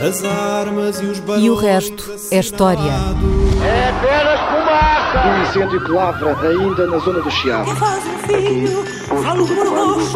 As armas e os E o resto é história. É apenas fumaça! Um incêndio que lavra ainda na zona do Chiado. Quem faz um filho, falo por rosto.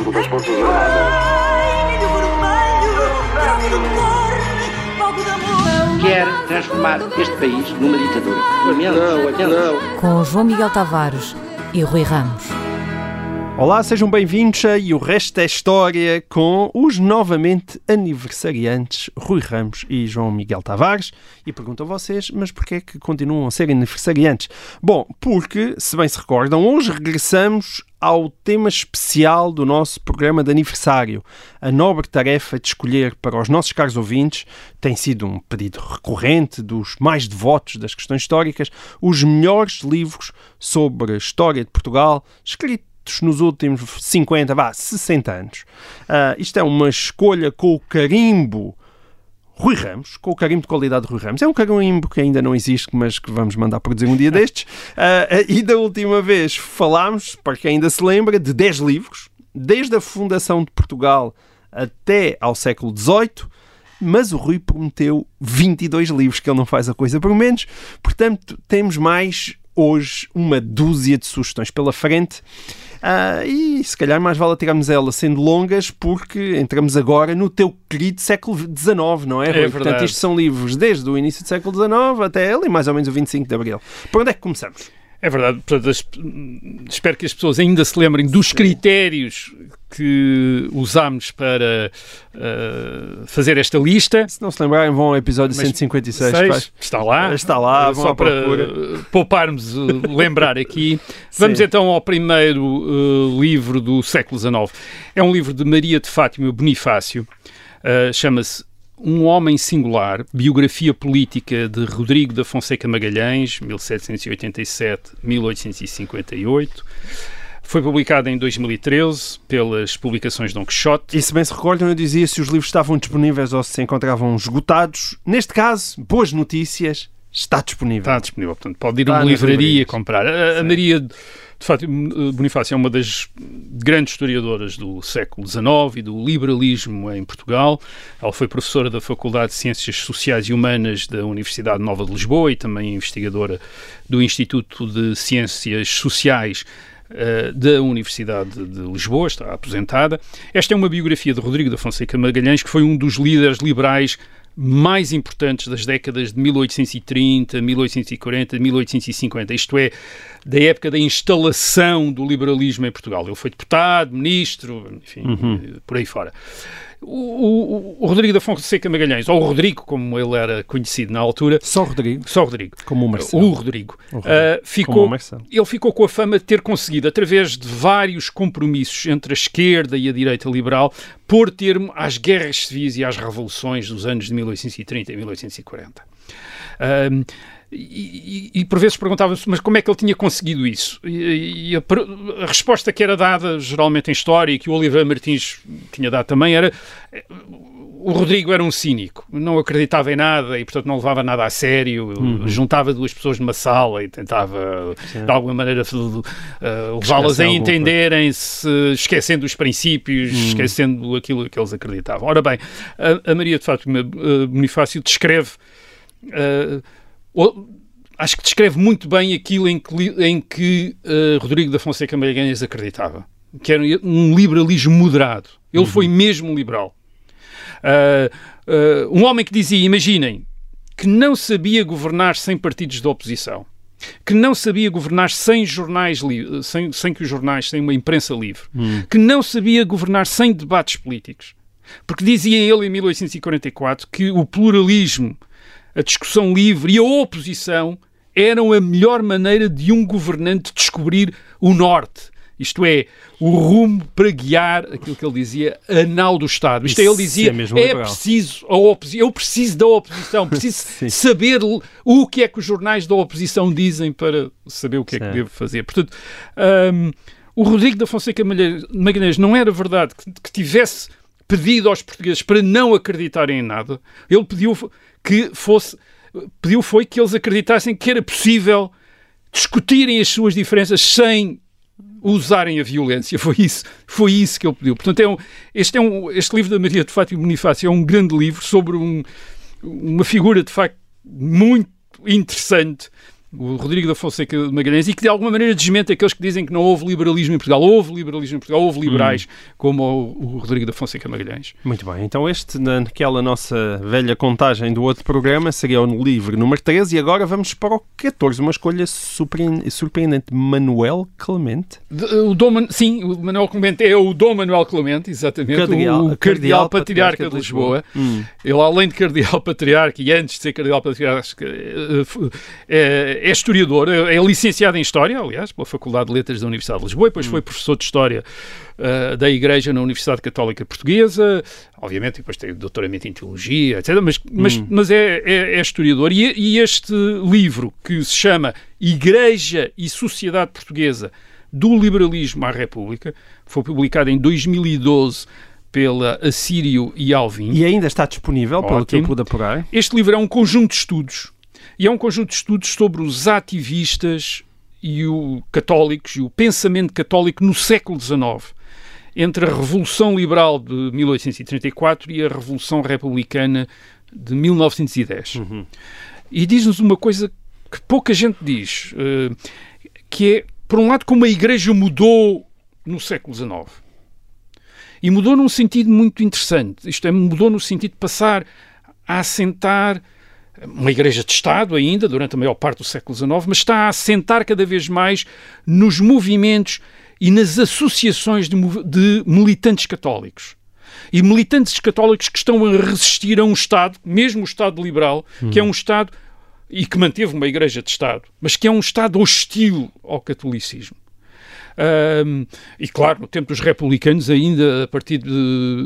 Ai, milho vermelho, grave de cor, fogo de amor. Quer transformar este país numa ditadura. Não. Com João Miguel Tavares e Rui Ramos. Olá, sejam bem-vindos a E o Resto é História com os novamente aniversariantes Rui Ramos e João Miguel Tavares. E pergunto a vocês, mas porquê é que continuam a ser aniversariantes? Bom, porque, se bem se recordam, hoje regressamos ao tema especial do nosso programa de aniversário. A nobre tarefa de escolher para os nossos caros ouvintes tem sido um pedido recorrente dos mais devotos das questões históricas, os melhores livros sobre a história de Portugal, escritos nos últimos 60 anos. Isto é uma escolha com o carimbo Rui Ramos, com o carimbo de qualidade de Rui Ramos. É um carimbo que ainda não existe, mas que vamos mandar produzir um dia destes. E da última vez falámos, para quem ainda se lembra, de 10 livros, desde a fundação de Portugal até ao século XVIII, mas o Rui prometeu 22 livros, que ele não faz a coisa por menos. Portanto, temos mais hoje uma dúzia de sugestões pela frente. E se calhar mais vale tirarmos elas sendo longas, porque entramos agora no teu querido século XIX, não é, Rui? Portanto, isto são livros desde o início do século XIX até ali, mais ou menos o 25 de Abril. Por onde é que começamos? É verdade. Portanto, espero que as pessoas ainda se lembrem dos critérios que usámos para fazer esta lista. Se não se lembrarem, vão ao episódio 156. Está lá. Está lá, vão só para pouparmos lembrar aqui. Vamos então ao primeiro livro do século XIX. É um livro de Maria de Fátima Bonifácio. Chama-se Um Homem Singular, biografia política de Rodrigo da Fonseca Magalhães, 1787-1858. Foi publicado em 2013 pelas publicações Dom Quixote. E se bem se recordam, eu dizia se os livros estavam disponíveis ou se encontravam esgotados. Neste caso, boas notícias, está disponível. Está disponível, portanto pode ir a uma livraria comprar. A Maria de Fátima Bonifácio é uma das grandes historiadoras do século XIX e do liberalismo em Portugal. Ela foi professora da Faculdade de Ciências Sociais e Humanas da Universidade Nova de Lisboa e também investigadora do Instituto de Ciências Sociais da Universidade de Lisboa, está aposentada. Esta é uma biografia de Rodrigo da Fonseca Magalhães, que foi um dos líderes liberais mais importantes das décadas de 1830, 1840, 1850, isto é, da época da instalação do liberalismo em Portugal. Ele foi deputado, ministro, enfim, por aí fora. O Rodrigo da Fonseca Magalhães, ou o Rodrigo, como ele era conhecido na altura... Só Rodrigo? Só Rodrigo. Como o Marcelo. O Rodrigo. Ele ficou com a fama de ter conseguido, através de vários compromissos entre a esquerda e a direita liberal, pôr termo às guerras civis e às revoluções dos anos de 1830 e 1840. E por vezes perguntava-se, mas como é que ele tinha conseguido isso? E a resposta que era dada, geralmente em história, e que o Oliveira Martins tinha dado também, era o Rodrigo era um cínico, não acreditava em nada e, portanto, não levava nada a sério, juntava duas pessoas numa sala e tentava, de alguma maneira, levá-las a entenderem-se, esquecendo os princípios, esquecendo aquilo que eles acreditavam. Ora bem, a Maria de Fátima Bonifácio descreve... acho que descreve muito bem aquilo em que Rodrigo da Fonseca Magalhães acreditava, que era um liberalismo moderado. Ele foi mesmo liberal. Um homem que dizia, imaginem, que não sabia governar sem partidos de oposição, que não sabia governar sem jornais sem que os jornais, sem uma imprensa livre, que não sabia governar sem debates políticos. Porque dizia ele em 1844 que o pluralismo, a discussão livre e a oposição eram a melhor maneira de um governante descobrir o norte. Isto é, o rumo para guiar aquilo que ele dizia, a nau do Estado. Isto é, ele dizia, preciso a oposição, eu preciso da oposição, preciso saber o que é que os jornais da oposição dizem para saber o que é que devo fazer. Portanto, o Rodrigo da Fonseca Magalhães não era verdade que tivesse pedido aos portugueses para não acreditarem em nada. Ele pediu que eles acreditassem que era possível discutirem as suas diferenças sem usarem a violência. Foi isso que ele pediu. Portanto, este livro da Maria de Fátima Bonifácio é um grande livro sobre uma figura, de facto, muito interessante, o Rodrigo da Fonseca de Magalhães, e que de alguma maneira desmente aqueles que dizem que não houve liberalismo em Portugal. Houve liberalismo em Portugal, houve liberais, como o Rodrigo da Fonseca Magalhães. Muito bem, então naquela nossa velha contagem do outro programa, seria o livro número 13, e agora vamos para o 14, uma escolha surpreendente. Manuel Clemente? Sim, o Manuel Clemente é o Dom Manuel Clemente, exatamente, o Cardeal Patriarca de Lisboa. Ele, além de Cardeal Patriarca, e antes de ser Cardeal Patriarca, é historiador, é licenciado em História, aliás, pela Faculdade de Letras da Universidade de Lisboa, e depois foi professor de História da Igreja na Universidade Católica Portuguesa, obviamente, depois tem doutoramento em Teologia, etc., mas é historiador. E este livro, que se chama Igreja e Sociedade Portuguesa, do Liberalismo à República, foi publicado em 2012 pela Assírio e Alvim. E ainda está disponível, pelo que eu pude apurar. Este livro é um conjunto de estudos, e é um conjunto de estudos sobre os ativistas e católicos e o pensamento católico no século XIX, entre a Revolução Liberal de 1834 e a Revolução Republicana de 1910. E diz-nos uma coisa que pouca gente diz, que é, por um lado, como a Igreja mudou no século XIX. E mudou num sentido muito interessante. Isto é, mudou no sentido de passar a assentar uma Igreja de Estado ainda, durante a maior parte do século XIX, mas está a assentar cada vez mais nos movimentos e nas associações de militantes católicos. E militantes católicos que estão a resistir a um Estado, mesmo o Estado liberal, que é um Estado, e que manteve uma Igreja de Estado, mas que é um Estado hostil ao catolicismo. E claro, no tempo dos republicanos, ainda a partir de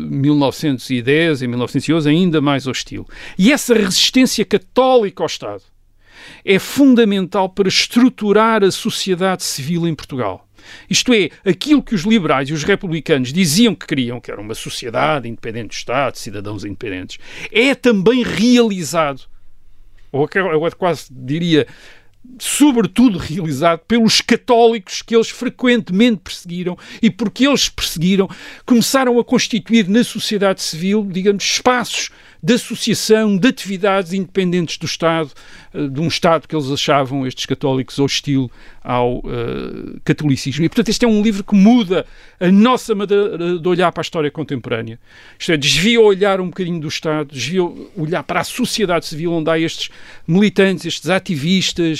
1910 e 1911, ainda mais hostil. E essa resistência católica ao Estado é fundamental para estruturar a sociedade civil em Portugal. Isto é, aquilo que os liberais e os republicanos diziam que queriam, que era uma sociedade independente do Estado, cidadãos independentes, é também realizado, ou eu quase diria, sobretudo realizado pelos católicos que eles frequentemente perseguiram, e porque eles perseguiram, começaram a constituir na sociedade civil, digamos, espaços de associação, de atividades independentes do Estado, de um Estado que eles achavam, estes católicos, hostil ao catolicismo. E, portanto, este é um livro que muda a nossa maneira de olhar para a história contemporânea. Isto é, desvia o olhar um bocadinho do Estado, desvia o olhar para a sociedade civil, onde há estes militantes, estes ativistas,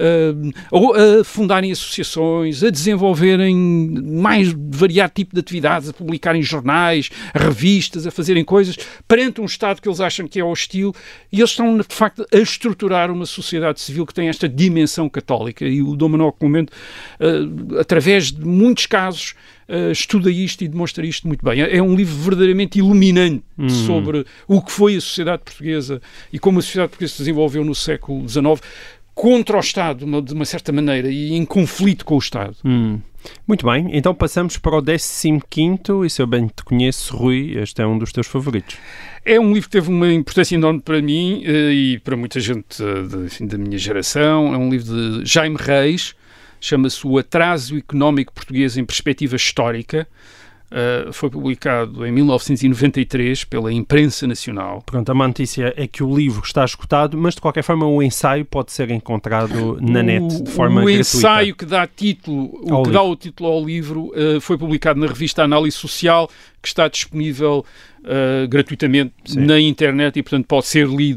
a fundarem associações, a desenvolverem mais variado tipo de atividades, a publicarem jornais, revistas, a fazerem coisas perante um Estado que eles acham que é hostil, e eles estão, de facto, a estruturar uma sociedade civil que tem esta dimensão católica. E o Dom Manuel Clemente, através de muitos casos, estuda isto e demonstra isto muito bem. É um livro verdadeiramente iluminante sobre o que foi a sociedade portuguesa e como a sociedade portuguesa se desenvolveu no século XIX, contra o Estado, de uma certa maneira, e em conflito com o Estado. Muito bem, então passamos para o 15º, e se eu bem te conheço, Rui, este é um dos teus favoritos. É um livro que teve uma importância enorme para mim e para muita gente da minha geração. É um livro de Jaime Reis, chama-se O Atraso Económico Português em Perspectiva Histórica. Foi publicado em 1993 pela Imprensa Nacional. Pronto, a má notícia é que o livro está esgotado, mas de qualquer forma o ensaio pode ser encontrado na net de forma gratuita. O ensaio que dá o título ao livro foi publicado na revista Análise Social, que está disponível gratuitamente na internet e, portanto, pode ser lido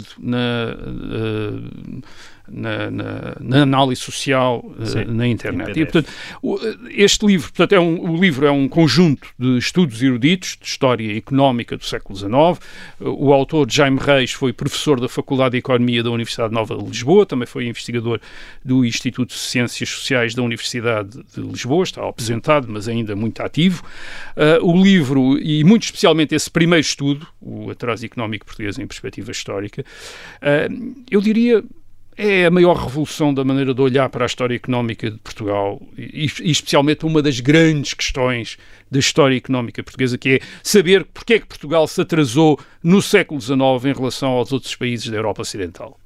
na análise social na internet. E, portanto, este livro, portanto, o livro é um conjunto de estudos eruditos de história económica do século XIX. O autor, Jaime Reis, foi professor da Faculdade de Economia da Universidade Nova de Lisboa, também foi investigador do Instituto de Ciências Sociais da Universidade de Lisboa, está aposentado, mas ainda muito ativo. O livro, e muito especialmente esse primeiro estudo, O Atraso Económico Português em Perspectiva Histórica, eu diria, é a maior revolução da maneira de olhar para a história económica de Portugal e especialmente uma das grandes questões da história económica portuguesa, que é saber porque é que Portugal se atrasou no século XIX em relação aos outros países da Europa Ocidental.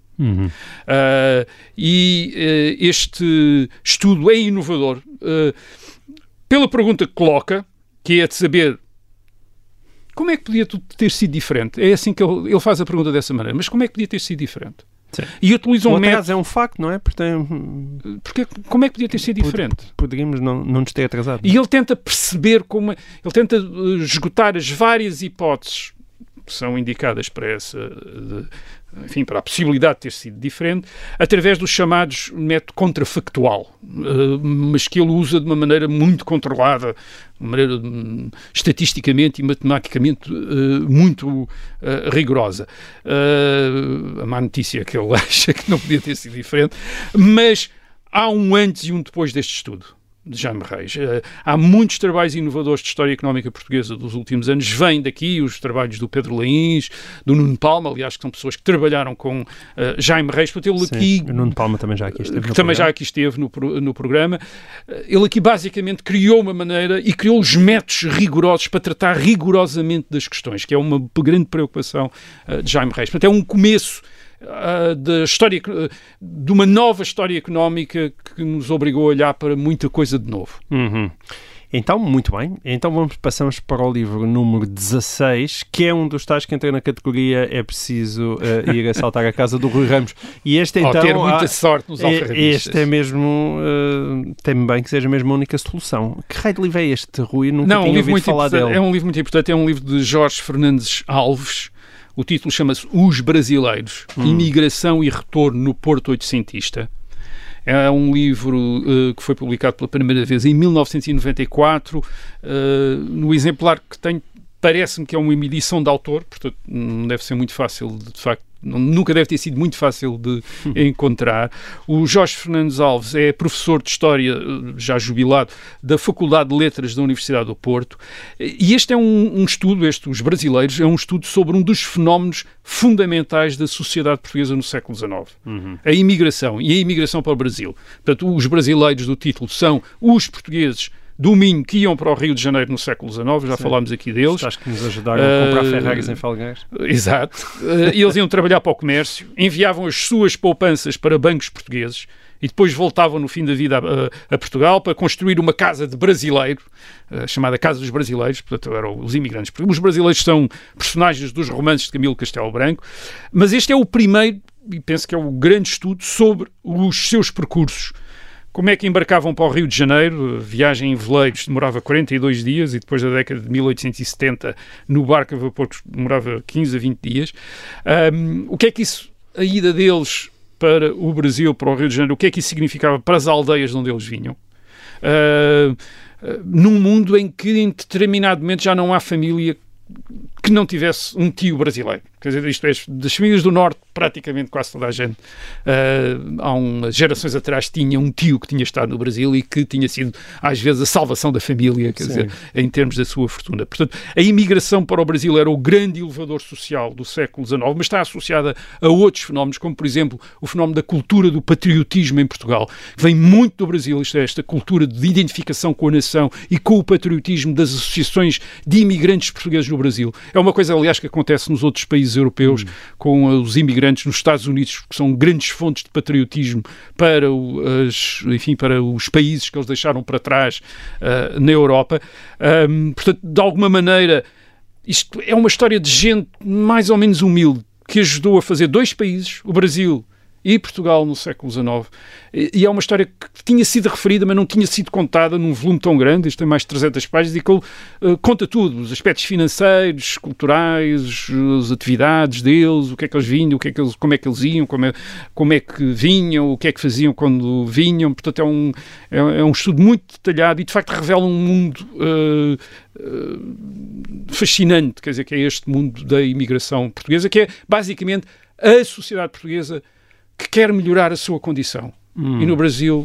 Este estudo é inovador. pela pergunta que coloca, que é de saber como é que podia tudo ter sido diferente. É assim que ele faz a pergunta dessa maneira. Mas como é que podia ter sido diferente? Sim. E utiliza um método... é um facto, não é? Porque como é que podia ter sido diferente? Poderíamos não nos ter atrasado. E ele tenta perceber como... Ele tenta esgotar as várias hipóteses que são indicadas para essa... enfim, para a possibilidade de ter sido diferente, através dos chamados método contrafactual, mas que ele usa de uma maneira muito controlada, de uma maneira estatisticamente e matematicamente muito rigorosa. A má notícia é que ele acha que não podia ter sido diferente, mas há um antes e um depois deste estudo de Jaime Reis. Há muitos trabalhos inovadores de história económica portuguesa dos últimos anos. Vêm daqui os trabalhos do Pedro Laíns, do Nuno Palma, aliás, que são pessoas que trabalharam com Jaime Reis. Portanto, ele aqui... O Nuno Palma também já aqui esteve no programa. Ele aqui basicamente criou uma maneira e criou os métodos rigorosos para tratar rigorosamente das questões, que é uma grande preocupação de Jaime Reis. Portanto, é um começo da história, de uma nova história económica que nos obrigou a olhar para muita coisa de novo. Uhum. Então, muito bem. Então passamos para o livro número 16, que é um dos tais que entra na categoria é preciso ir assaltar a casa do Rui Ramos. E este então... ter muita sorte nos alfarrabistas. Este é mesmo... teme bem que seja mesmo a única solução. Que raio de livro é este, Rui? Nunca tinha ouvido falar dele. É um livro muito importante. É um livro de Jorge Fernandes Alves. O título chama-se Os Brasileiros, Imigração e Retorno no Porto Oitocentista. É um livro que foi publicado pela primeira vez em 1994. No exemplar que tenho, parece-me que é uma edição de autor, portanto não deve ser muito fácil, de facto, nunca deve ter sido muito fácil de encontrar. O Jorge Fernandes Alves é professor de História, já jubilado, da Faculdade de Letras da Universidade do Porto, e este é um estudo, Os Brasileiros, é um estudo sobre um dos fenómenos fundamentais da sociedade portuguesa no século XIX. A imigração, e a imigração para o Brasil. Portanto, os brasileiros do título são os portugueses do Minho que iam para o Rio de Janeiro no século XIX, já falámos aqui deles. Acho que nos ajudaram a comprar Ferraris em Felgueiras. Exato. Eles iam trabalhar para o comércio, enviavam as suas poupanças para bancos portugueses e depois voltavam no fim da vida a Portugal para construir uma casa de brasileiro, chamada Casa dos Brasileiros, portanto eram os imigrantes. Os brasileiros são personagens dos romances de Camilo Castelo Branco, mas este é o primeiro, e penso que é o grande estudo sobre os seus percursos. Como é que embarcavam para o Rio de Janeiro? Viagem em veleiros demorava 42 dias e depois da década de 1870 no barco a vapor demorava 15 a 20 dias. O que é que isso, a ida deles para o Brasil, para o Rio de Janeiro, o que é que isso significava para as aldeias de onde eles vinham? Num mundo em que em determinado momento já não há família que não tivesse um tio brasileiro. Quer dizer, isto é, das famílias do Norte, praticamente quase toda a gente, há umas gerações atrás, tinha um tio que tinha estado no Brasil e que tinha sido, às vezes, a salvação da família, quer dizer, em termos da sua fortuna. Portanto, a imigração para o Brasil era o grande elevador social do século XIX, mas está associada a outros fenómenos, como, por exemplo, o fenómeno da cultura do patriotismo em Portugal, que vem muito do Brasil, isto é, esta cultura de identificação com a nação e com o patriotismo das associações de imigrantes portugueses no Brasil. É uma coisa, aliás, que acontece nos outros países europeus, com os imigrantes nos Estados Unidos, que são grandes fontes de patriotismo para para os países que eles deixaram para trás na Europa. Portanto, de alguma maneira, isto é uma história de gente mais ou menos humilde, que ajudou a fazer dois países, o Brasil e Portugal, no século XIX. E é uma história que tinha sido referida, mas não tinha sido contada num volume tão grande. Isto tem mais de 300 páginas e que ele conta tudo. Os aspectos financeiros, culturais, as atividades deles, o que é que eles vinham, como é que eles iam, como é que vinham, o que é que faziam quando vinham. Portanto, é um estudo muito detalhado e, de facto, revela um mundo fascinante, quer dizer, que é este mundo da imigração portuguesa, que é, basicamente, a sociedade portuguesa que quer melhorar a sua condição. E no Brasil,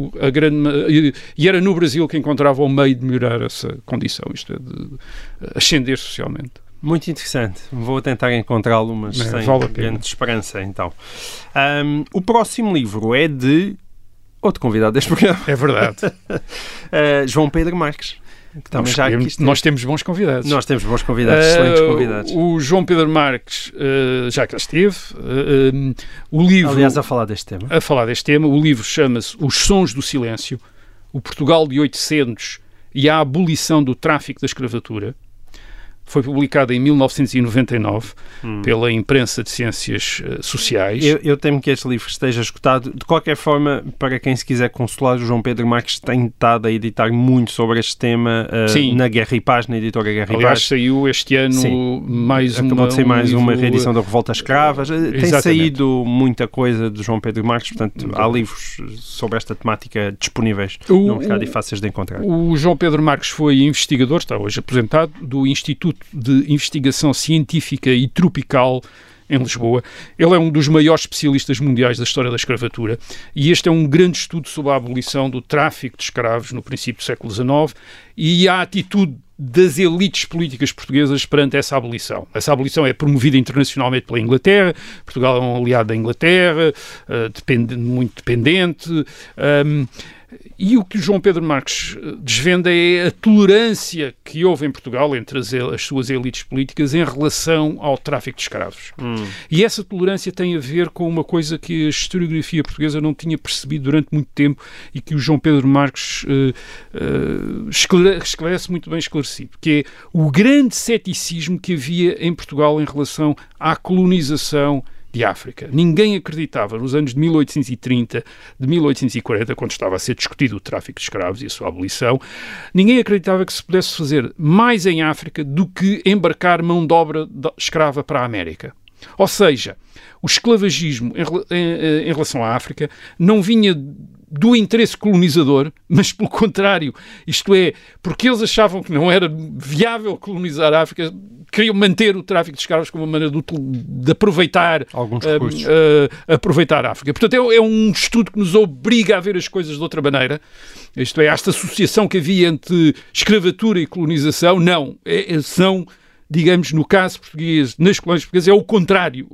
e era no Brasil que encontrava o meio de melhorar essa condição, isto é, de ascender socialmente. Muito interessante. Vou tentar encontrá-lo, mas sem grande esperança, então. O próximo livro é de outro convidado deste programa. É verdade. João Pedro Marques. Nós temos bons convidados. Nós temos bons convidados, excelentes convidados. O João Pedro Marques já cá esteve. O livro, aliás, a falar deste tema. O livro chama-se Os Sons do Silêncio, o Portugal de 800 e à abolição do tráfico da escravatura. Foi publicado em 1999 pela imprensa de ciências sociais. Eu temo que este livro esteja esgotado. De qualquer forma, para quem se quiser consolar, o João Pedro Marques tem estado a editar muito sobre este tema na Guerra e Paz, na editora Guerra e Paz. Aliás, saiu este ano Acabou de sair mais livro... uma reedição da Revolta Escravas. Tem saído muita coisa do João Pedro Marques, portanto, há livros sobre esta temática disponíveis no mercado e fáceis de encontrar. O João Pedro Marques foi investigador, está hoje aposentado, do Instituto de Investigação Científica e Tropical em Lisboa. Ele é um dos maiores especialistas mundiais da história da escravatura e este é um grande estudo sobre a abolição do tráfico de escravos no princípio do século XIX e a atitude das elites políticas portuguesas perante essa abolição. Essa abolição é promovida internacionalmente pela Inglaterra. Portugal é um aliado da Inglaterra, muito dependente. E o que o João Pedro Marques desvenda é a tolerância que houve em Portugal entre as suas elites políticas em relação ao tráfico de escravos. E essa tolerância tem a ver com uma coisa que a historiografia portuguesa não tinha percebido durante muito tempo e que o João Pedro Marques esclarece muito bem esclarecido, que é o grande ceticismo que havia em Portugal em relação à colonização de África. Ninguém acreditava, nos anos de 1830, de 1840, quando estava a ser discutido o tráfico de escravos e a sua abolição, ninguém acreditava que se pudesse fazer mais em África do que embarcar mão de obra escrava para a América. Ou seja, o esclavagismo em relação à África não vinha do interesse colonizador, mas pelo contrário, isto é, porque eles achavam que não era viável colonizar a África, queriam manter o tráfico de escravos como uma maneira de aproveitar alguns recursos. Aproveitar a África. Portanto, é um estudo que nos obriga a ver as coisas de outra maneira. Isto é, esta associação que havia entre escravatura e colonização, não, são... Digamos, no caso português, nas colónias portuguesas, é o contrário.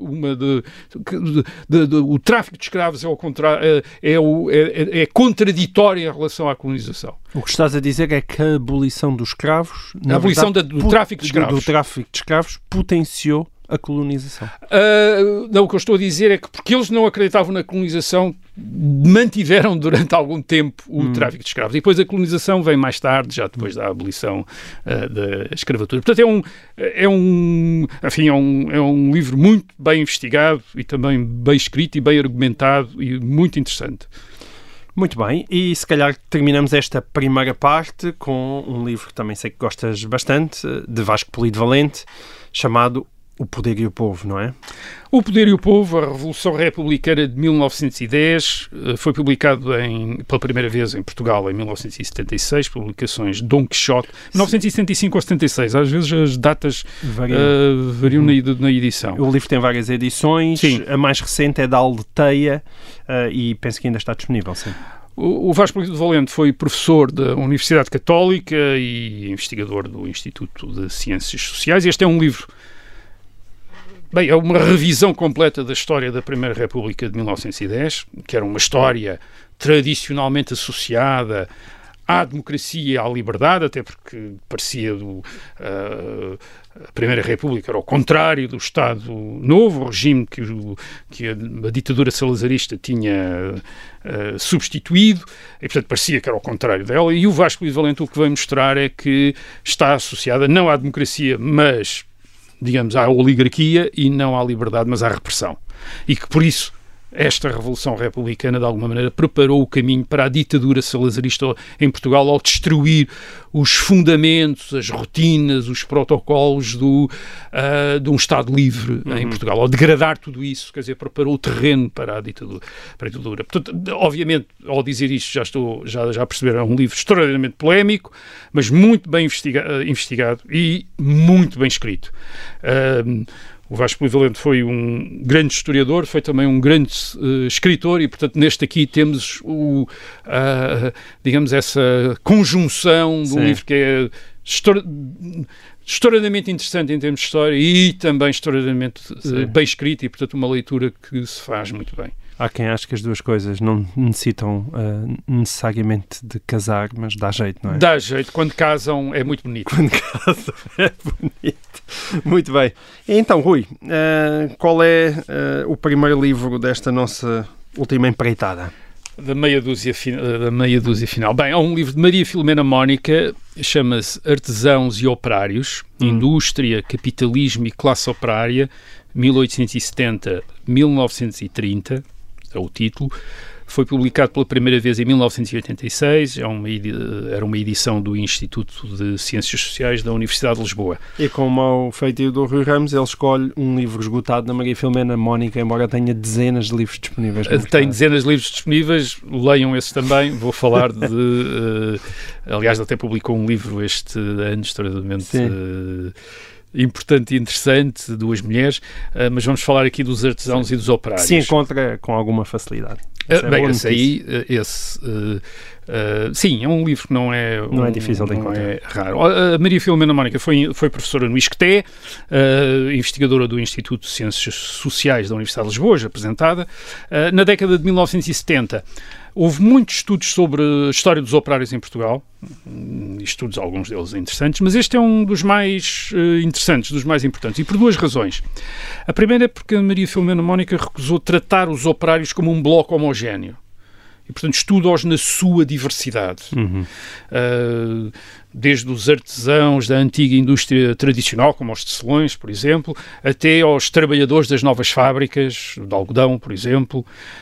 O tráfico de escravos é ao contrário, é contraditório em relação à colonização. O que estás a dizer é que a abolição dos escravos... A abolição do tráfico de escravos. Do tráfico de escravos potenciou a colonização. Não, o que eu estou a dizer é que porque eles não acreditavam na colonização, mantiveram durante algum tempo o tráfico de escravos. E depois a colonização vem mais tarde, já depois da abolição da escravatura. Portanto, é um livro muito bem investigado e também bem escrito e bem argumentado e muito interessante. Muito bem, e se calhar terminamos esta primeira parte com um livro que também sei que gostas bastante, de Vasco Polido Valente, chamado O Poder e o Povo, não é? O Poder e o Povo, a Revolução Republicana de 1910, foi publicado pela primeira vez em Portugal em 1976, publicações Dom Quixote, 1975 ou 76, às vezes as datas variam na edição. O livro tem várias edições, sim. A mais recente é da Aldeia e penso que ainda está disponível, sim. O Vasco Polido Valente foi professor da Universidade Católica e investigador do Instituto de Ciências Sociais. Este é um livro... Bem, é uma revisão completa da história da Primeira República de 1910, que era uma história tradicionalmente associada à democracia e à liberdade, até porque parecia a Primeira República era ao contrário do Estado Novo, o regime que a ditadura salazarista tinha substituído, e portanto parecia que era ao contrário dela, e o Vasco Polido Valente o que vem mostrar é que está associada não à democracia, mas... digamos, à oligarquia e não à liberdade, mas à repressão. E que, por isso, esta Revolução Republicana, de alguma maneira, preparou o caminho para a ditadura salazarista em Portugal ao destruir os fundamentos, as rotinas, os protocolos de um Estado livre em Portugal, ao degradar tudo isso, quer dizer, preparou o terreno para a ditadura. Portanto, obviamente, ao dizer isto, já perceberam, é um livro extraordinariamente polémico, mas muito bem investigado e muito bem escrito. O Vasco Polido Valente foi um grande historiador, foi também um grande escritor e, portanto, neste aqui temos digamos, essa conjunção do livro que é extraordinariamente interessante em termos de história e também extraordinariamente bem escrito e, portanto, uma leitura que se faz muito bem. Há quem ache que as duas coisas não necessitam necessariamente de casar, mas dá jeito, não é? Dá jeito. Quando casam é muito bonito. Quando casam é bonito. Muito bem. Então, Rui, qual é o primeiro livro desta nossa última empreitada? Da meia dúzia final. Bem, há um livro de Maria Filomena Mónica, chama-se Artesãos e Operários, Indústria, Capitalismo e Classe Operária, 1870-1930, é o título. Foi publicado pela primeira vez em 1986, era uma edição do Instituto de Ciências Sociais da Universidade de Lisboa. E como ao feitio do Rui Ramos, ele escolhe um livro esgotado da Maria Filomena Mónica, embora tenha dezenas de livros disponíveis. Tem dezenas de livros disponíveis, leiam esse também. Vou falar de... aliás, até publicou um livro este ano, extraordinariamente... importante e interessante, duas mulheres, mas vamos falar aqui dos artesãos e dos operários. Se encontra com alguma facilidade. Sim, é um livro que não é difícil de encontrar. É raro. A Maria Filomena Mónica foi professora no ISCTE, investigadora do Instituto de Ciências Sociais da Universidade de Lisboa, já apresentada. Na década de 1970 houve muitos estudos sobre a história dos operários em Portugal, estudos, alguns deles interessantes, mas este é um dos mais interessantes, dos mais importantes, e por duas razões. A primeira é porque a Maria Filomena Mónica recusou tratar os operários como um bloco homogéneo. E, portanto, estuda-os na sua diversidade. Desde os artesãos da antiga indústria tradicional, como os tecelões, por exemplo, até aos trabalhadores das novas fábricas, de algodão, por exemplo.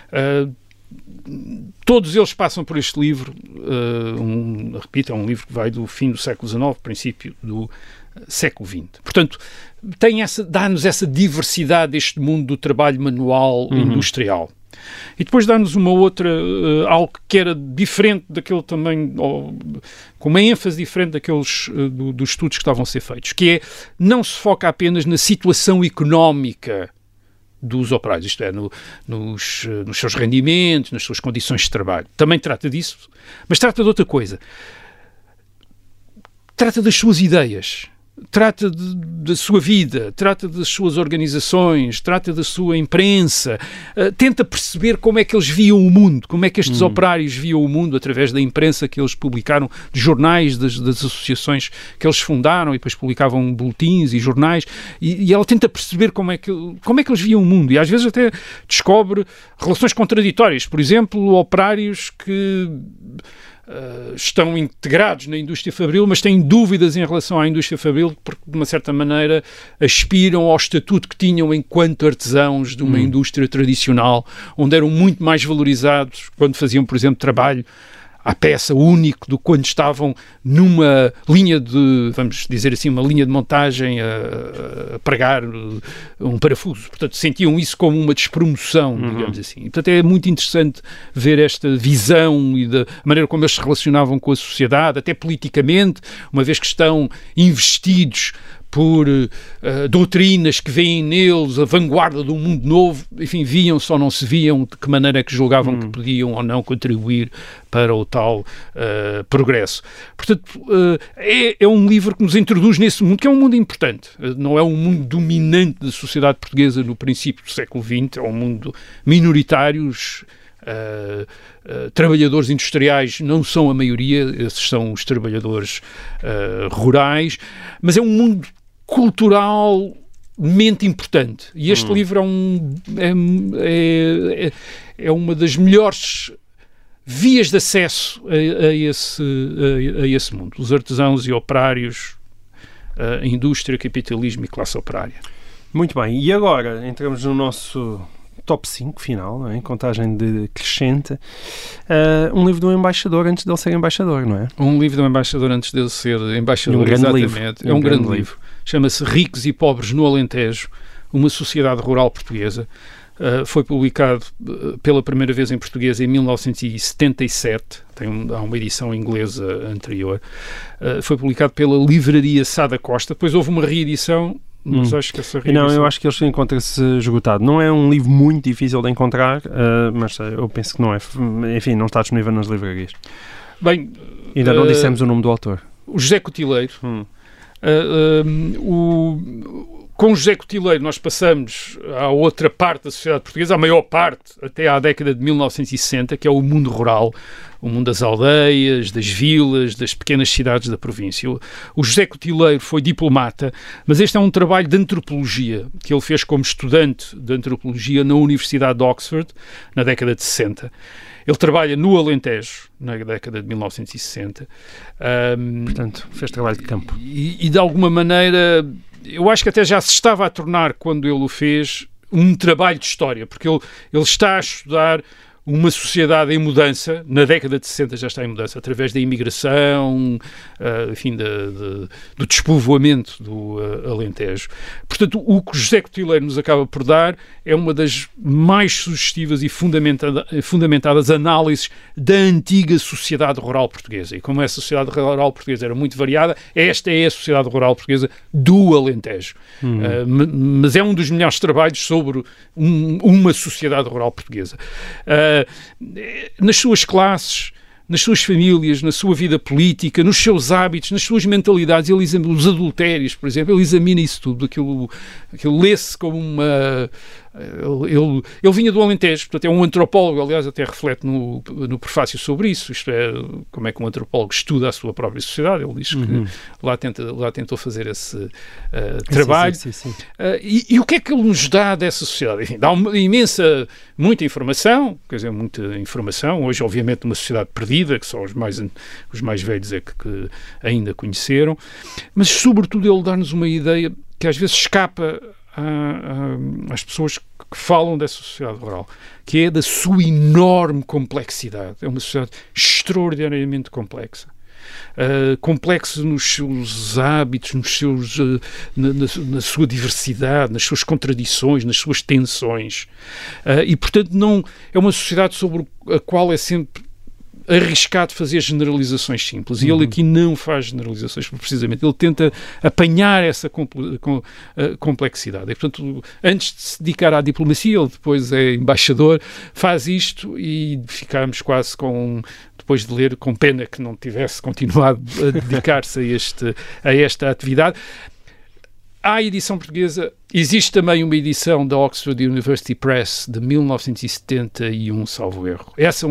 Todos eles passam por este livro. Repito, é um livro que vai do fim do século XIX, princípio do século XX. Portanto, dá-nos essa diversidade deste mundo do trabalho manual industrial. E depois dá-nos uma outra, algo que era diferente daquele também, com uma ênfase diferente daqueles dos estudos que estavam a ser feitos, que é, não se foca apenas na situação económica dos operários, isto é, nos seus rendimentos, nas suas condições de trabalho. Também trata disso, mas trata de outra coisa. Trata das suas ideias, trata da sua vida, trata das suas organizações, trata da sua imprensa, tenta perceber como é que eles viam o mundo, como é que estes operários viam o mundo através da imprensa que eles publicaram, de jornais, das associações que eles fundaram e depois publicavam boletins e jornais, e ela tenta perceber como é que eles viam o mundo, e às vezes até descobre relações contraditórias. Por exemplo, operários que estão integrados na indústria fabril, mas têm dúvidas em relação à indústria fabril porque, de uma certa maneira, aspiram ao estatuto que tinham enquanto artesãos de uma indústria tradicional, onde eram muito mais valorizados quando faziam, por exemplo, trabalho à peça único do que quando estavam numa linha de, vamos dizer assim, uma linha de montagem a pregar um parafuso. Portanto, sentiam isso como uma despromoção, digamos assim. E, portanto, é muito interessante ver esta visão e da maneira como eles se relacionavam com a sociedade, até politicamente, uma vez que estão investidos por doutrinas que veem neles a vanguarda de um mundo novo, enfim, viam-se ou não se viam, de que maneira é que julgavam que podiam ou não contribuir para o tal progresso. Portanto, é um livro que nos introduz nesse mundo, que é um mundo importante. Não é um mundo dominante da sociedade portuguesa no princípio do século XX, é um mundo minoritários. Trabalhadores industriais não são a maioria, esses são os trabalhadores rurais, mas é um mundo culturalmente importante. E este livro é uma das melhores vias de acesso a esse mundo. Os artesãos e operários, a indústria, capitalismo e classe operária. Muito bem, e agora entramos no nosso top 5 final, não é? Contagem decrescente. Um livro do embaixador antes dele ser embaixador, não é? Um livro do embaixador antes dele ser embaixador, exatamente. É um grande livro. Chama-se Ricos e Pobres no Alentejo, uma sociedade rural portuguesa. Foi publicado pela primeira vez em português em 1977, há uma edição inglesa anterior. Foi publicado pela livraria Sá da Costa, depois houve uma reedição, mas acho que essa reedição... Não, eu acho que ele encontra-se esgotado. Não é um livro muito difícil de encontrar, mas eu penso que não é. Enfim, não está disponível nas livrarias. Bem, ainda não dissemos o nome do autor. O José Cotileiro. Com José Cotileiro nós passamos à outra parte da sociedade portuguesa, a maior parte, até à década de 1960, que é o mundo rural, o mundo das aldeias, das vilas, das pequenas cidades da província. O José Cotileiro foi diplomata, mas este é um trabalho de antropologia que ele fez como estudante de antropologia na Universidade de Oxford, na década de 60. Ele trabalha no Alentejo, na década de 1960. Portanto, fez trabalho de campo. E de alguma maneira, eu acho que até já se estava a tornar, quando ele o fez, um trabalho de história, porque ele está a estudar uma sociedade em mudança, na década de 60 já está em mudança, através da imigração, enfim, do despovoamento do Alentejo. Portanto, o que José Cotileiro nos acaba por dar é uma das mais sugestivas e fundamentadas análises da antiga sociedade rural portuguesa. E como essa sociedade rural portuguesa era muito variada, esta é a sociedade rural portuguesa do Alentejo. Mas é um dos melhores trabalhos sobre uma sociedade rural portuguesa. Nas suas classes, nas suas famílias, na sua vida política, nos seus hábitos, nas suas mentalidades, ele examina os adultérios, por exemplo, ele examina isso tudo, aquilo lê-se como uma... Ele vinha do Alentejo, portanto é um antropólogo, aliás até reflete no prefácio sobre isso, isto é, como é que um antropólogo estuda a sua própria sociedade. Ele diz que lá tentou fazer esse trabalho. Sim. E o que é que ele nos dá dessa sociedade? Enfim, dá muita informação, quer dizer, muita informação, hoje obviamente numa sociedade perdida, que só os mais velhos é que ainda conheceram, mas sobretudo ele dá-nos uma ideia que às vezes escapa às pessoas que falam dessa sociedade rural, que é da sua enorme complexidade. É uma sociedade extraordinariamente complexa. Complexa nos seus hábitos, na sua diversidade, nas suas contradições, nas suas tensões. E, portanto, não é uma sociedade sobre a qual é sempre arriscado fazer generalizações simples. E ele aqui não faz generalizações, precisamente. Ele tenta apanhar essa complexidade. E, portanto, antes de se dedicar à diplomacia, ele depois é embaixador, faz isto e ficámos quase depois de ler, com pena que não tivesse continuado a dedicar-se a esta atividade. À edição portuguesa, existe também uma edição da Oxford University Press de 1971, salvo erro. Essa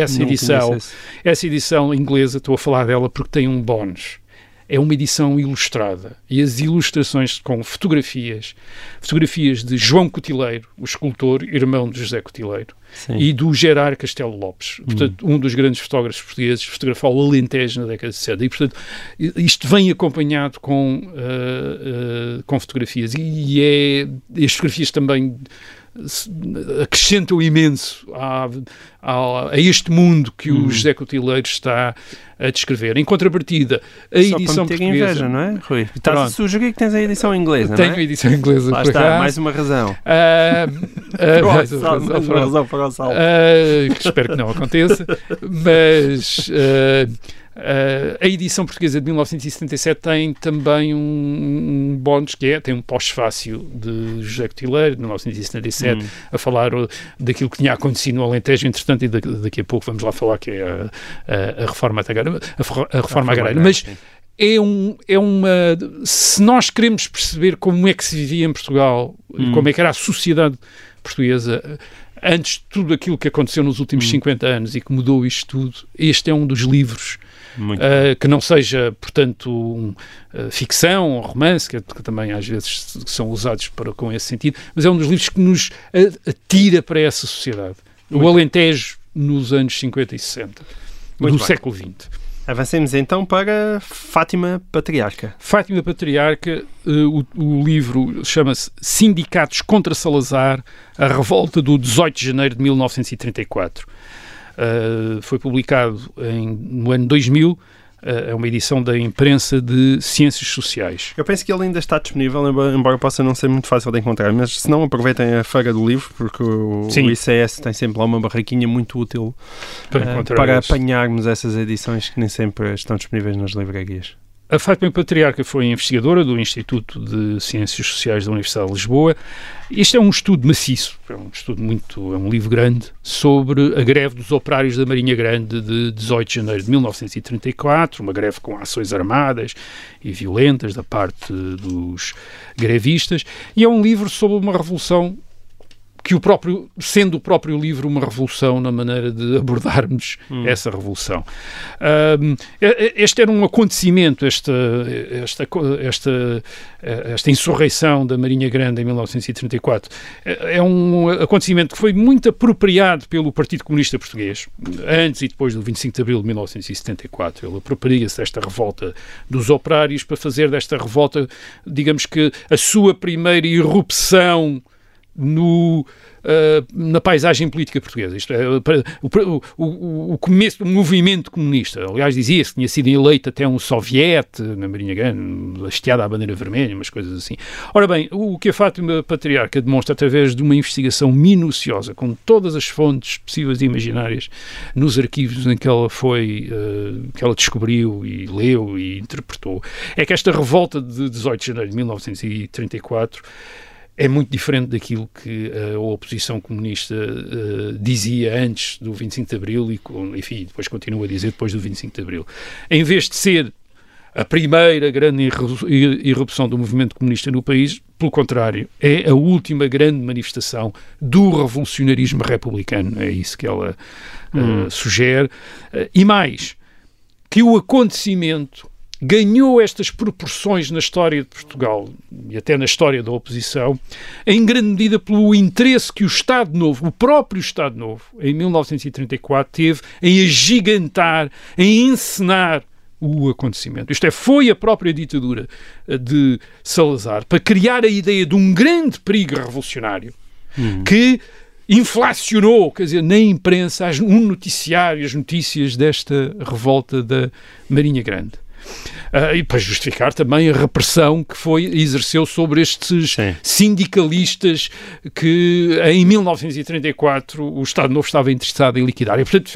edição inglesa, estou a falar dela porque tem um bónus. É uma edição ilustrada. E as ilustrações com fotografias de João Cotileiro, o escultor, irmão de José Cotileiro, e do Gerard Castelo Lopes, portanto, um dos grandes fotógrafos portugueses, fotografou o Alentejo na década de 60. E, portanto, isto vem acompanhado com fotografias. E as fotografias também acrescentam imenso a este mundo que o José Cotileiro está a descrever. Em contrapartida, a edição portuguesa... Só para meter inveja, não é, Rui? Estás a sugerir que tens a edição inglesa, não é? Tenho a edição inglesa. Lá está, mais uma razão. Mais uma razão para o salto. Espero que não aconteça, mas... a edição portuguesa de 1977 tem também um bónus, tem um pós-fácio de José Cotileiro, de 1977, a falar daquilo que tinha acontecido no Alentejo, entretanto, e daqui a pouco vamos lá falar, que é a reforma agrária. Mas se nós queremos perceber como é que se vivia em Portugal, como é que era a sociedade portuguesa, antes de tudo aquilo que aconteceu nos últimos 50 anos e que mudou isto tudo, este é um dos livros que não seja, portanto, ficção ou romance, que também às vezes são usados com esse sentido, mas é um dos livros que nos atira para essa sociedade. O Alentejo nos anos 50 e 60, do século XX. Avancemos então para Fátima Patriarca. Fátima Patriarca, o livro chama-se Sindicatos contra Salazar, a revolta do 18 de janeiro de 1934. Foi publicado no ano 2000, é uma edição da imprensa de Ciências Sociais. Eu penso que ele ainda está disponível, embora possa não ser muito fácil de encontrar, mas se não, aproveitem a Feira do Livro, porque o ICS tem sempre lá uma barraquinha muito útil para apanharmos essas edições que nem sempre estão disponíveis nas livrarias. A Fátima Patriarca foi investigadora do Instituto de Ciências Sociais da Universidade de Lisboa. Este é um estudo maciço, é um livro grande sobre a greve dos operários da Marinha Grande de 18 de janeiro de 1934, uma greve com ações armadas e violentas da parte dos grevistas, e é um livro sobre uma revolução que sendo o próprio livro uma revolução na maneira de abordarmos essa revolução. Este era um acontecimento, esta insurreição da Marinha Grande em 1934, é um acontecimento que foi muito apropriado pelo Partido Comunista Português, antes e depois do 25 de abril de 1974. Ele apropria-se desta revolta dos operários para fazer desta revolta, digamos que, a sua primeira irrupção na paisagem política portuguesa. Isto é, o começo do movimento comunista. Aliás, dizia-se que tinha sido eleito até um soviete na Marinha Grande, hasteada à bandeira vermelha, umas coisas assim. Ora bem, o que a Fátima Patriarca demonstra através de uma investigação minuciosa, com todas as fontes possíveis e imaginárias, nos arquivos em que ela que ela descobriu e leu e interpretou, é que esta revolta de 18 de janeiro de 1934 é muito diferente daquilo que a oposição comunista dizia antes do 25 de Abril e, enfim, depois continua a dizer depois do 25 de Abril. Em vez de ser a primeira grande irrupção do movimento comunista no país, pelo contrário, é a última grande manifestação do revolucionarismo republicano. É isso que ela sugere. E mais, que o acontecimento ganhou estas proporções na história de Portugal e até na história da oposição, em grande medida pelo interesse que o Estado Novo, o próprio Estado Novo, em 1934, teve em agigantar, em encenar o acontecimento. Isto é, foi a própria ditadura de Salazar para criar a ideia de um grande perigo revolucionário que inflacionou, quer dizer, na imprensa, um noticiário, as notícias desta revolta da Marinha Grande. E para justificar também a repressão que exerceu sobre estes sindicalistas que em 1934 o Estado Novo estava interessado em liquidar. E, portanto,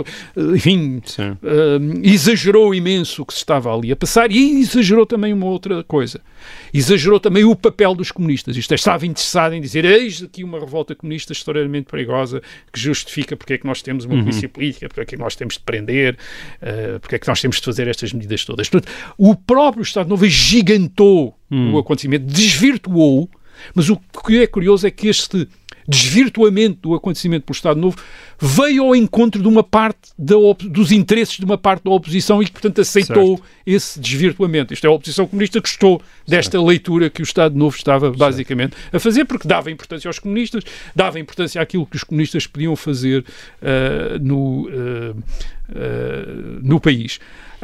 exagerou imenso o que se estava ali a passar e exagerou também uma outra coisa. Exagerou também o papel dos comunistas. Isto é, estava interessado em dizer, eis aqui uma revolta comunista extraordinariamente perigosa que justifica porque é que nós temos uma polícia política, porque é que nós temos de prender, porque é que nós temos de fazer estas medidas todas. Portanto, o próprio Estado Novo gigantou o acontecimento, desvirtuou, mas o que é curioso é que este desvirtuamento do acontecimento pelo Estado Novo veio ao encontro de uma parte dos interesses de uma parte da oposição e que, portanto, aceitou esse desvirtuamento. Isto é, a oposição comunista gostou desta leitura que o Estado Novo estava basicamente a fazer, porque dava importância aos comunistas, dava importância àquilo que os comunistas podiam fazer no país.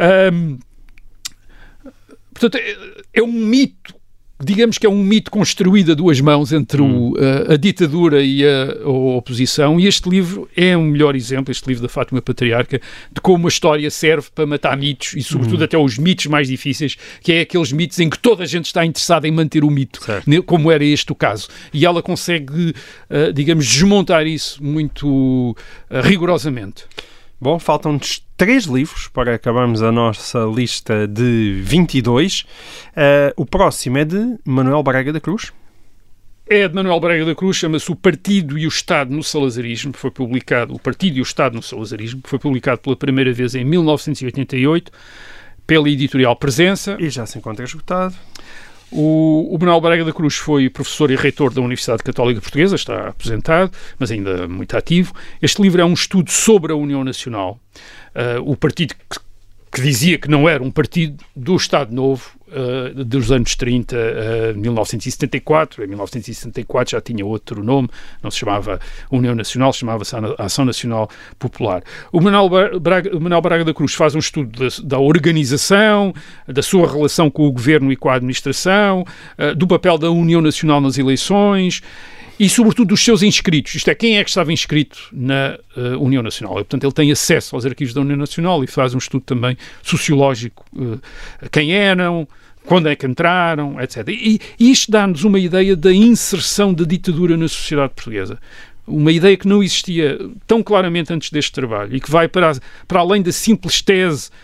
Portanto, é um mito, digamos que é um mito construído a duas mãos entre a ditadura e a oposição, e este livro é um melhor exemplo, este livro da Fátima Patriarca, de como a história serve para matar mitos e, sobretudo, até os mitos mais difíceis, que é aqueles mitos em que toda a gente está interessada em manter o mito, como era este o caso. E ela consegue, digamos, desmontar isso muito rigorosamente. Bom, faltam-nos 3 livros para acabarmos a nossa lista de 22. O próximo é de Manuel Braga da Cruz. É de Manuel Braga da Cruz, chama-se O Partido e o Estado no Salazarismo. Foi publicado, O Partido e o Estado no Salazarismo, foi publicado pela primeira vez em 1988 pela editorial Presença. E já se encontra esgotado. O Manuel Braga da Cruz foi professor e reitor da Universidade Católica Portuguesa, está aposentado, mas ainda muito ativo. Este livro é um estudo sobre a União Nacional, o partido que dizia que não era um partido do Estado Novo dos anos 30 a 1974. Em 1974 já tinha outro nome, não se chamava União Nacional, chamava-se Ação Nacional Popular. O Manuel Braga da Cruz faz um estudo da organização, da sua relação com o governo e com a administração, do papel da União Nacional nas eleições e, sobretudo, dos seus inscritos. Isto é, quem é que estava inscrito na União Nacional. E, portanto, ele tem acesso aos arquivos da União Nacional e faz um estudo também sociológico. Quem eram, quando é que entraram, etc. E isto dá-nos uma ideia da inserção da ditadura na sociedade portuguesa. Uma ideia que não existia tão claramente antes deste trabalho e que vai para além da simples tese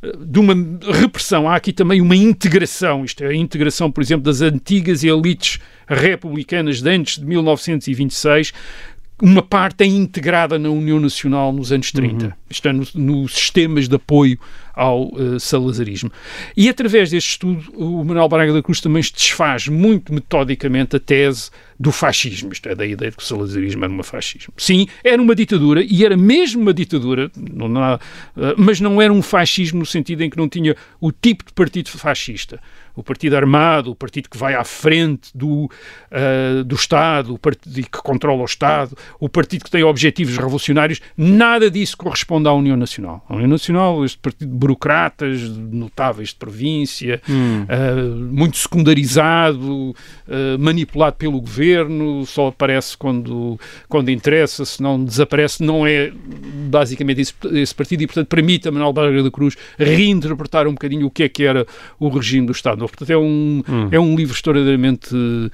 de uma repressão, há aqui também uma integração, isto é, a integração, por exemplo, das antigas elites republicanas de antes de 1926, uma parte é integrada na União Nacional nos anos 30. Isto é, nos sistemas de apoio ao salazarismo. E através deste estudo, o Manuel Braga da Cruz também desfaz muito metodicamente a tese do fascismo. Isto é, da ideia de que o salazarismo era um fascismo. Sim, era uma ditadura, e era mesmo uma ditadura, mas não era um fascismo no sentido em que não tinha o tipo de partido fascista. O partido armado, o partido que vai à frente do Estado, o partido que controla o Estado, o partido que tem objetivos revolucionários, nada disso corresponde à União Nacional. A União Nacional, este partido de burocratas, notáveis de província, muito secundarizado, manipulado pelo governo, só aparece quando interessa, se não desaparece, não é basicamente esse partido, e portanto permite a Manuel Braga da Cruz reinterpretar um bocadinho o que era o regime do Estado Novo. Portanto, é um livro extraordinariamente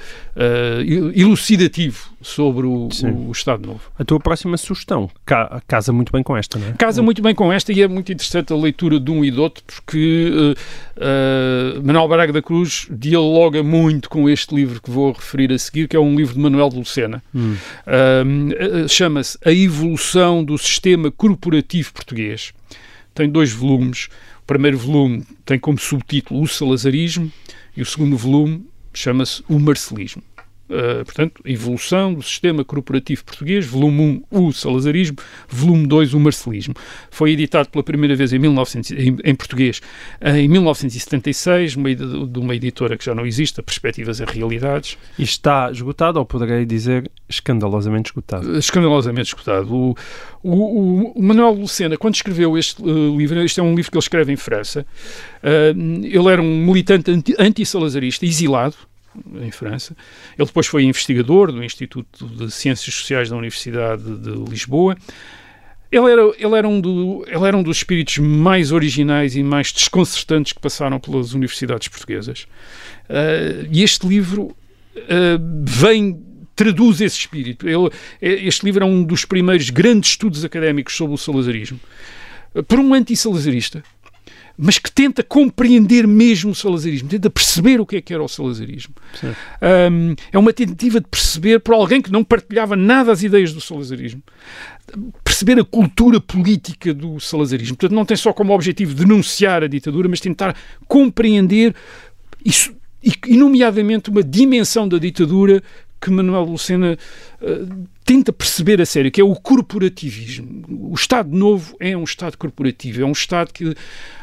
elucidativo sobre o Estado Novo. A tua próxima sugestão casa muito bem com esta, não é? Casa muito bem com esta, e é muito interessante a leitura de um e do outro, porque Manuel Braga da Cruz dialoga muito com este livro que vou referir a seguir, que é um livro de Manuel de Lucena. Chama-se A Evolução do Sistema Corporativo Português. Tem 2 volumes. O primeiro volume tem como subtítulo o salazarismo, e o segundo volume chama-se o marcelismo. Portanto, Evolução do Sistema Corporativo Português, volume 1, o salazarismo, volume 2, o marcelismo. Foi editado pela primeira vez em português em 1976, de uma editora que já não existe, a Perspectivas e Realidades. E está esgotado, ou poderei dizer escandalosamente esgotado? Escandalosamente esgotado. O Manuel Lucena, quando escreveu este livro, este é um livro que ele escreve em França, ele era um militante anti-salazarista, exilado em França. Ele depois foi investigador do Instituto de Ciências Sociais da Universidade de Lisboa. Ele era um dos espíritos mais originais e mais desconcertantes que passaram pelas universidades portuguesas. E este livro traduz esse espírito. Este livro é um dos primeiros grandes estudos académicos sobre o salazarismo. Por um anti-salazarista, mas que tenta compreender mesmo o salazarismo, tenta perceber o que era o salazarismo. É uma tentativa de perceber, por alguém que não partilhava nada as ideias do salazarismo, perceber a cultura política do salazarismo. Portanto, não tem só como objetivo denunciar a ditadura, mas tentar compreender isso, e nomeadamente uma dimensão da ditadura que Manuel Lucena tenta perceber a sério, que é o corporativismo. O Estado Novo é um Estado corporativo, é um Estado que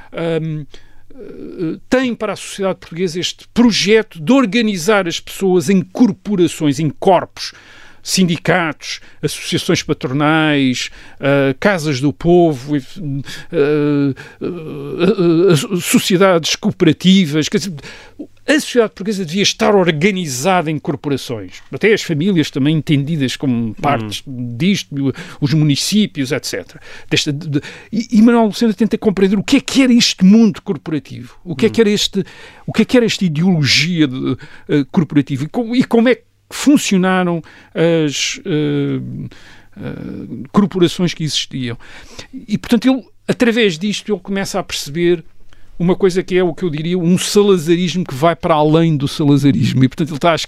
tem para a sociedade portuguesa este projeto de organizar as pessoas em corporações, em corpos, sindicatos, associações patronais, casas do povo, sociedades cooperativas. Quer dizer, a sociedade portuguesa devia estar organizada em corporações. Até as famílias também entendidas como partes disto, os municípios, etc. E Manuel Lucena tenta compreender o que era este mundo corporativo, o que era esta ideologia corporativa, e como é que funcionaram as corporações que existiam. E, portanto, ele, através disto, ele começa a perceber uma coisa que é o que eu diria um salazarismo que vai para além do salazarismo. E, portanto, ele está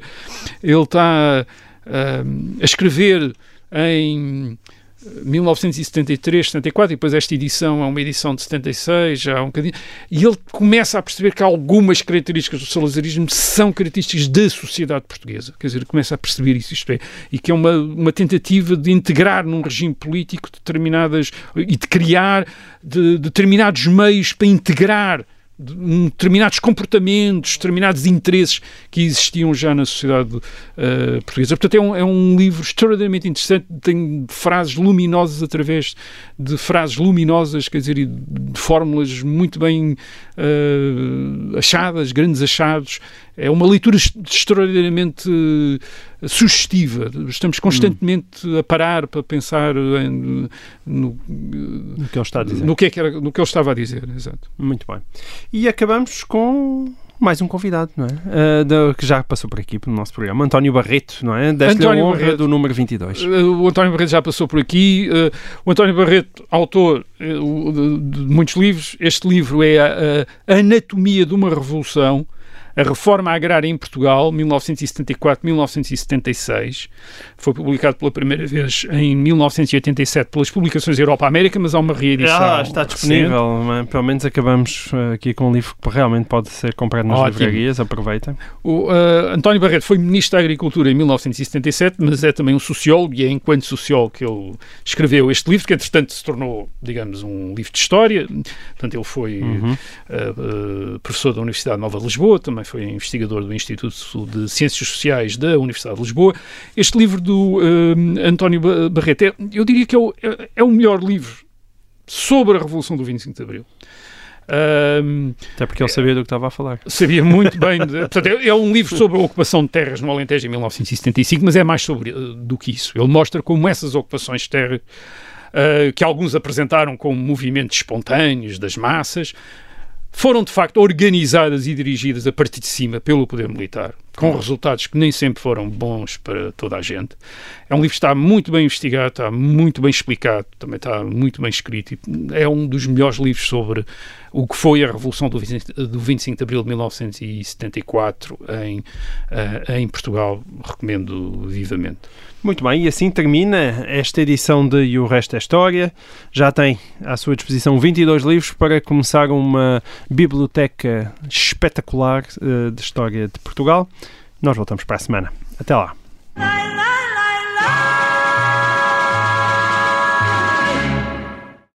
a escrever em 1973, 74, e depois esta edição é uma edição de 76, já um bocadinho, e ele começa a perceber que algumas características do salazarismo são características da sociedade portuguesa. Quer dizer, começa a perceber isso, isto é, e que é uma tentativa de integrar num regime político determinadas, e de criar determinados meios para integrar determinados comportamentos, determinados interesses que existiam já na sociedade portuguesa. Portanto, é um livro extraordinariamente interessante, tem frases luminosas através de frases luminosas, quer dizer, de fórmulas muito bem achadas, grandes achados. É uma leitura extraordinariamente sugestiva. Estamos constantemente a parar para pensar no que ele está a dizer. No que ele estava a dizer, exato. Muito bem. E acabamos com Mais um convidado, não é? Que já passou por aqui, pelo nosso programa. António Barreto, não é? Deste-lhe a honra do número 22. O António Barreto já passou por aqui. O António Barreto, autor de muitos livros. Este livro é a Anatomia de uma Revolução, a Reforma Agrária em Portugal, 1974-1976. Foi publicado pela primeira vez em 1987 pelas Publicações Europa-América, mas há uma reedição. Está disponível. Pelo menos acabamos aqui com um livro que realmente pode ser comprado nas livrarias. Aproveita. O António Barreto foi Ministro da Agricultura em 1977, mas é também um sociólogo, e é enquanto sociólogo que ele escreveu este livro, que entretanto se tornou, digamos, um livro de história. Portanto, ele foi professor da Universidade Nova de Lisboa, também foi investigador do Instituto de Ciências Sociais da Universidade de Lisboa. Este livro do António Barreto, eu diria que é o melhor livro sobre a Revolução do 25 de Abril. Até porque ele sabia do que estava a falar. Sabia muito bem. Portanto, é um livro sobre a ocupação de terras no Alentejo em 1975, mas é mais do que isso. Ele mostra como essas ocupações de terra, que alguns apresentaram como movimentos espontâneos das massas, foram de facto organizadas e dirigidas a partir de cima pelo poder militar, com resultados que nem sempre foram bons para toda a gente. É um livro que está muito bem investigado, está muito bem explicado, também está muito bem escrito, e é um dos melhores livros sobre o que foi a Revolução do 25 de Abril de 1974 em Portugal. Recomendo vivamente. Muito bem, e assim termina esta edição de E o Resto é História. Já tem à sua disposição 22 livros para começar uma biblioteca espetacular de história de Portugal. Nós voltamos para a semana. Até lá.